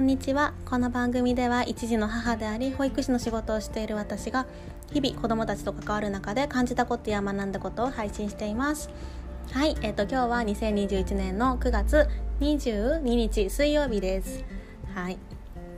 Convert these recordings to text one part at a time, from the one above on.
にちは。この番組では一児の母であり保育士の仕事をしている私が日々子どもたちと関わる中で感じたことや学んだことを配信しています。はい、今日は2021年の9月22日水曜日です。はい、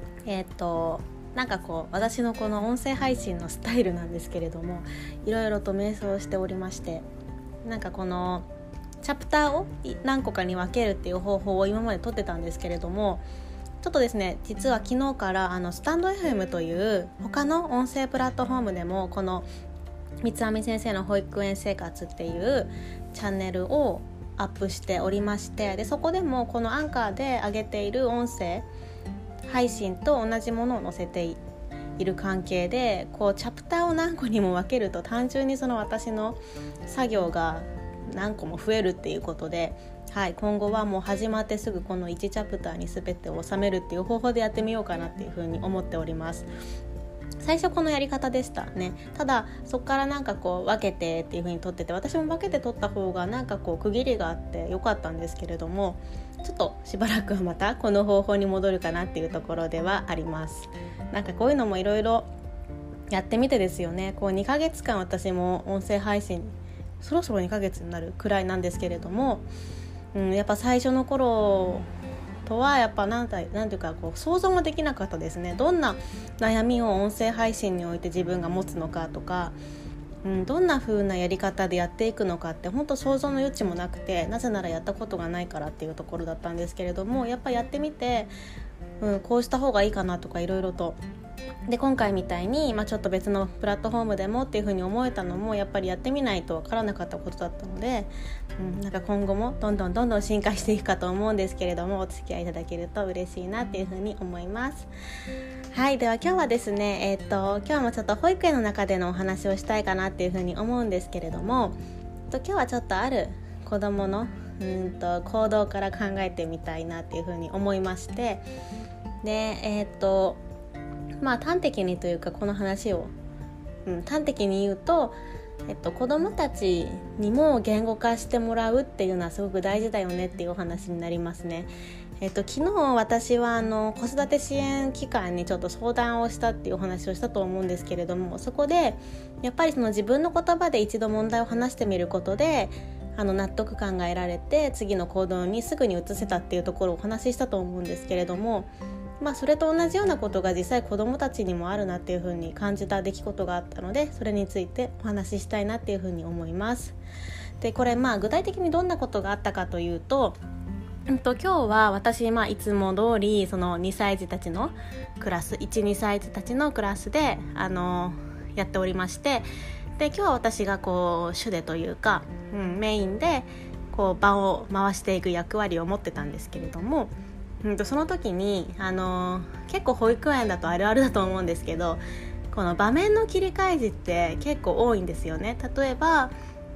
私のこの音声配信のスタイルなんですけれども、いろいろと迷走しておりまして、このチャプターを何個かに分けるっていう方法を今まで取ってたんですけれども、ちょっとですね、実は昨日からスタンド FM という他の音声プラットフォームでもこの三つ編み先生の保育園生活っていうチャンネルをアップしておりまして、でそこでもこのアンカーで上げている音声配信と同じものを載せている関係で、こうチャプターを何個にも分けると単純にその私の作業が何個も増えるっていうことで、今後はもう始まってすぐこの1チャプターに全てを収めるっていう方法でやってみようかなっていうふうに思っております。最初このやり方でしたね。ただそこから分けてっていう風に撮ってて、私も分けて撮った方が区切りがあってよかったんですけれども、ちょっとしばらくはまたこの方法に戻るかなっていうところではあります。こういうのもいろいろやってみてですよね。こう2ヶ月間私も音声配信そろそろ2ヶ月になるくらいなんですけれども、やっぱ最初の頃とはやっぱなんていうか想像もできなかったですね。どんな悩みを音声配信において自分が持つのかとか、どんな風なやり方でやっていくのかって本当想像の余地もなくて、なぜならやったことがないからっていうところだったんですけれども、やっぱやってみて、こうした方がいいかなとかいろいろと、で今回みたいに、ちょっと別のプラットフォームでもっていう風に思えたのもやっぱりやってみないとわからなかったことだったので、今後もどんどん進化していくかと思うんですけれども、お付き合いいただけると嬉しいなっていう風に思います。はい、では今日はですね、今日もちょっと保育園の中でのお話をしたいかなっていう風に思うんですけれども、今日はちょっとある子どもの行動から考えてみたいなっていう風に思いまして、で端的にというかこの話を、端的に言うと、子どもたちにも言語化してもらうっていうのはすごく大事だよねっていうお話になりますね。昨日私は子育て支援機関にちょっと相談をしたっていうお話をしたと思うんですけれども、そこでやっぱりその自分の言葉で一度問題を話してみることで納得感が得られて次の行動にすぐに移せたっていうところをお話ししたと思うんですけれども、それと同じようなことが実際子どもたちにもあるなっていうふうに感じた出来事があったので、それについてお話ししたいなっていうふうに思います。でこれ具体的にどんなことがあったかというと、今日は私いつも通りその2歳児たちのクラス 1,2 歳児たちのクラスでやっておりまして、で今日は私が主でというか、メインで場を回していく役割を持ってたんですけれども、その時に結構保育園だとあるあるだと思うんですけど、この場面の切り替え時って結構多いんですよね。例えば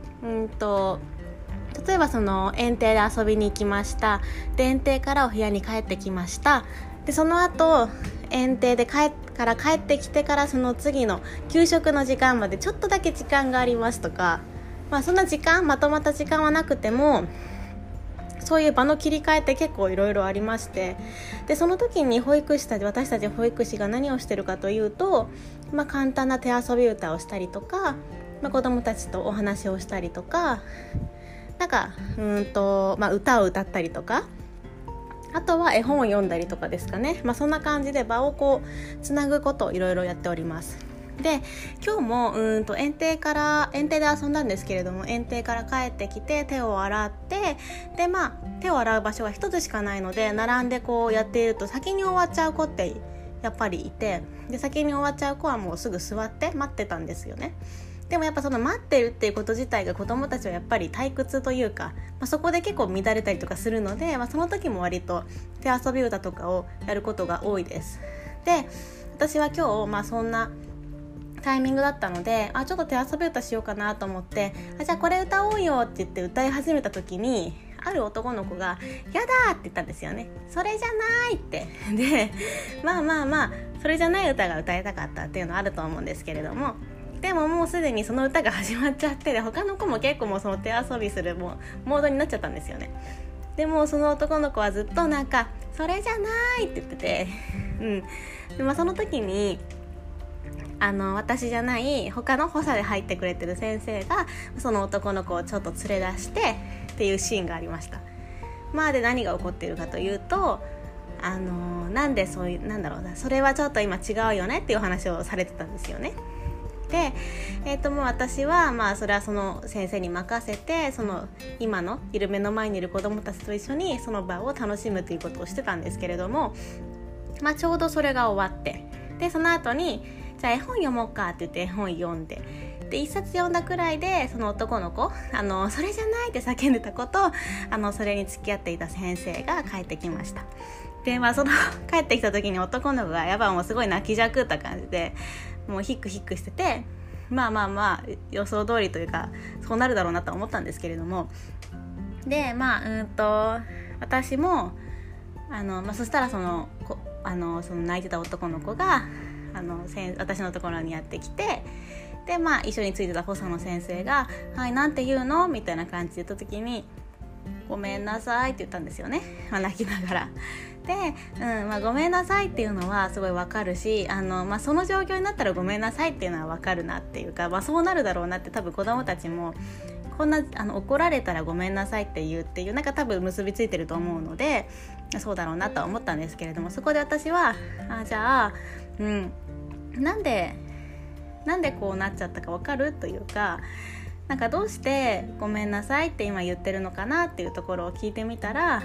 その園庭で遊びに行きました。で園庭からお部屋に帰ってきました。でその後園庭で帰ってきてからその次の給食の時間までちょっとだけ時間がありますとか、そんなまとまった時間はなくてもそういう場の切り替えって結構いろいろありまして、でその時に私たち保育士が何をしてるかというと、簡単な手遊び歌をしたりとか、子どもたちとお話をしたりとか、歌を歌ったりとか、あとは絵本を読んだりとかですかね。そんな感じで場をつなぐことをいろいろやっております。で今日も園庭で遊んだんですけれども、園庭から帰ってきて手を洗って、で手を洗う場所が一つしかないので、並んでやっていると先に終わっちゃう子ってやっぱりいて、で先に終わっちゃう子はもうすぐ座って待ってたんですよね。でもやっぱその待ってるっていうこと自体が子どもたちはやっぱり退屈というか、そこで結構乱れたりとかするので、その時も割と手遊び歌とかをやることが多いです。で私は今日そんなタイミングだったので、ちょっと手遊び歌しようかなと思って、じゃあこれ歌おうよって言って歌い始めた時に、ある男の子がやだって言ったんですよね。それじゃないって。でそれじゃない歌が歌いたかったっていうのはあると思うんですけれども、でももうすでにその歌が始まっちゃって、他の子も結構もうその手遊びするモードになっちゃったんですよね。 でもその男の子はずっとなんかそれじゃないって言っててで、その時に私じゃない他の補佐で入ってくれてる先生がその男の子をちょっと連れ出してっていうシーンがありました。で何が起こっているかというとなんでそういうそれはちょっと今違うよねっていう話をされてたんですよね。で、もう私はそれはその先生に任せてその今の目の前にいる子どもたちと一緒にその場を楽しむということをしてたんですけれども、ちょうどそれが終わって、でその後にじゃあ絵本読もうかって言って絵本読んで、で一冊読んだくらいでその男の子それじゃないって叫んでた子とそれに付き合っていた先生が帰ってきました。でその帰ってきた時に男の子がやっぱもうすごい泣きじゃくった感じでもうヒックヒックしてて、予想通りというかそうなるだろうなと思ったんですけれども、で私もそしたらその泣いてた男の子が私のところにやってきて、で一緒についてた補佐の先生がはいなんて言うのみたいな感じで言った時にごめんなさいって言ったんですよね、泣きながら。で、ごめんなさいっていうのはすごいわかるしその状況になったらごめんなさいっていうのはわかるなっていうか、そうなるだろうなって多分子どもたちもこんな怒られたらごめんなさいって言うっていう多分結びついてると思うのでそうだろうなとは思ったんですけれども、そこで私はじゃあ、なんでこうなっちゃったかわかるというかどうしてごめんなさいって今言ってるのかなっていうところを聞いてみたら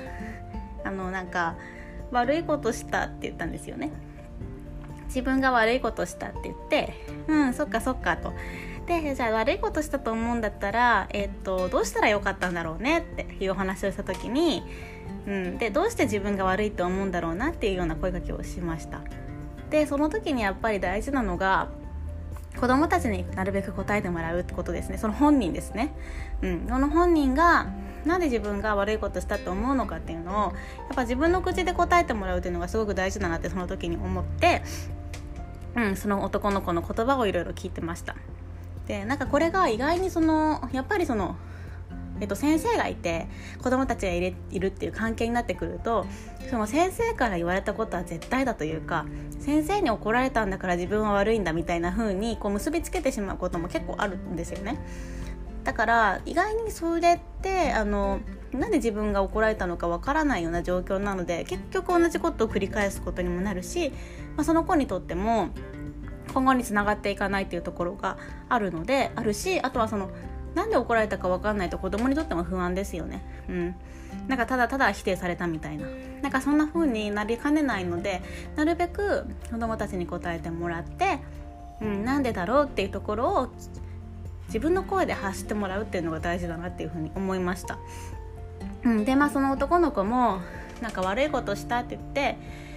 悪いことしたって言ったんですよね。自分が悪いことしたって言ってそっかそっかと。でじゃあ悪いことしたと思うんだったら、どうしたらよかったんだろうねっていうお話をした時に、でどうして自分が悪いと思うんだろうなっていうような声かけをしました。でその時にやっぱり大事なのが子どもたちになるべく答えてもらうってことですね。その本人ですね、その本人がなんで自分が悪いことしたと思うのかっていうのをやっぱ自分の口で答えてもらうっていうのがすごく大事だなってその時に思って、その男の子の言葉をいろいろ聞いてました。でこれが意外にやっぱり先生がいて子どもたちがいるっていう関係になってくるとその先生から言われたことは絶対だというか先生に怒られたんだから自分は悪いんだみたいな風に結びつけてしまうことも結構あるんですよね。だから意外にそれってなんで自分が怒られたのかわからないような状況なので結局同じことを繰り返すことにもなるし、その子にとっても今後につながっていかないっていうところがあるし、あとはなんで怒られたか分かんないと子供にとっても不安ですよね。ただただ否定されたみたいなそんな風になりかねないのでなるべく子供たちに答えてもらって、なんでだろうっていうところを自分の声で発してもらうっていうのが大事だなっていう風に思いました。でその男の子も悪いことしたって言って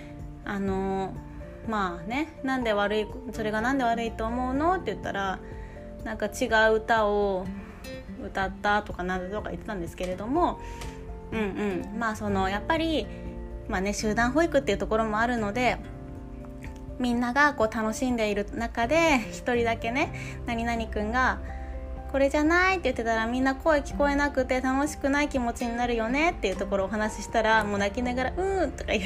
なんでそれがなんで悪いと思うのって言ったら違う歌を歌ったとかなんとか言ってたんですけれども、やっぱり集団保育っていうところもあるのでみんなが楽しんでいる中で一人だけね何々くんがこれじゃないって言ってたらみんな声聞こえなくて楽しくない気持ちになるよねっていうところをお話ししたらもう泣きながらとか言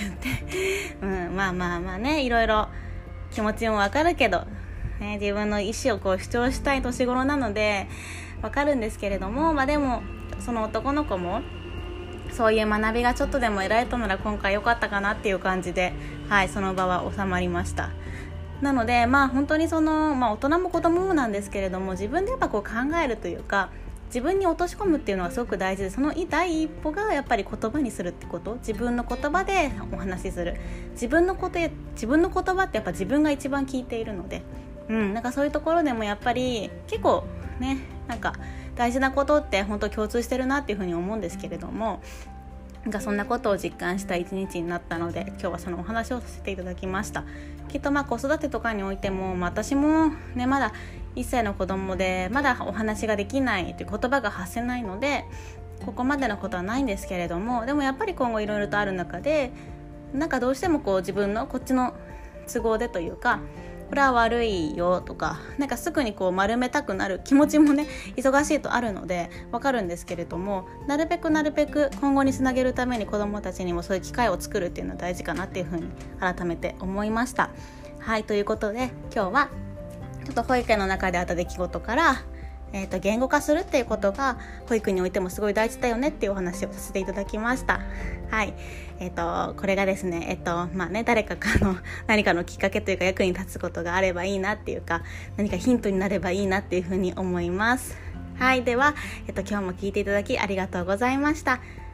っていろいろ気持ちもわかるけど、自分の意思を主張したい年頃なのでわかるんですけれども、でもその男の子もそういう学びがちょっとでも得られたなら今回良かったかなっていう感じで、その場は収まりました。なので本当に大人も子供もなんですけれども自分でやっぱ考えるというか自分に落とし込むっていうのはすごく大事で、その第一歩がやっぱり言葉にするってこと、自分の言葉でお話しする、自分の言葉ってやっぱ自分が一番聞いているので、そういうところでもやっぱり結構ね大事なことって本当共通してるなっていうふうに思うんですけれども、そんなことを実感した一日になったので今日はそのお話をさせていただきました。きっと子育てとかにおいても、私もねまだ1歳の子供でまだお話ができないという言葉が発せないのでここまでのことはないんですけれども、でもやっぱり今後いろいろとある中でどうしても自分のこっちの都合でというかこれは悪いよとか、なんかすぐにこう丸めたくなる気持ちもね忙しいとあるのでわかるんですけれども、なるべく今後につなげるために子どもたちにもそういう機会を作るっていうのは大事かなっていうふうに改めて思いました。はい、ということで今日はちょっと保育園の中であった出来事から、言語化するっていうことが保育においてもすごい大事だよねっていうお話をさせていただきました。はい、これがですね、誰かの何かのきっかけというか役に立つことがあればいいなっていうか、何かヒントになればいいなっていうふうに思います。はい、では、今日も聞いていただきありがとうございました。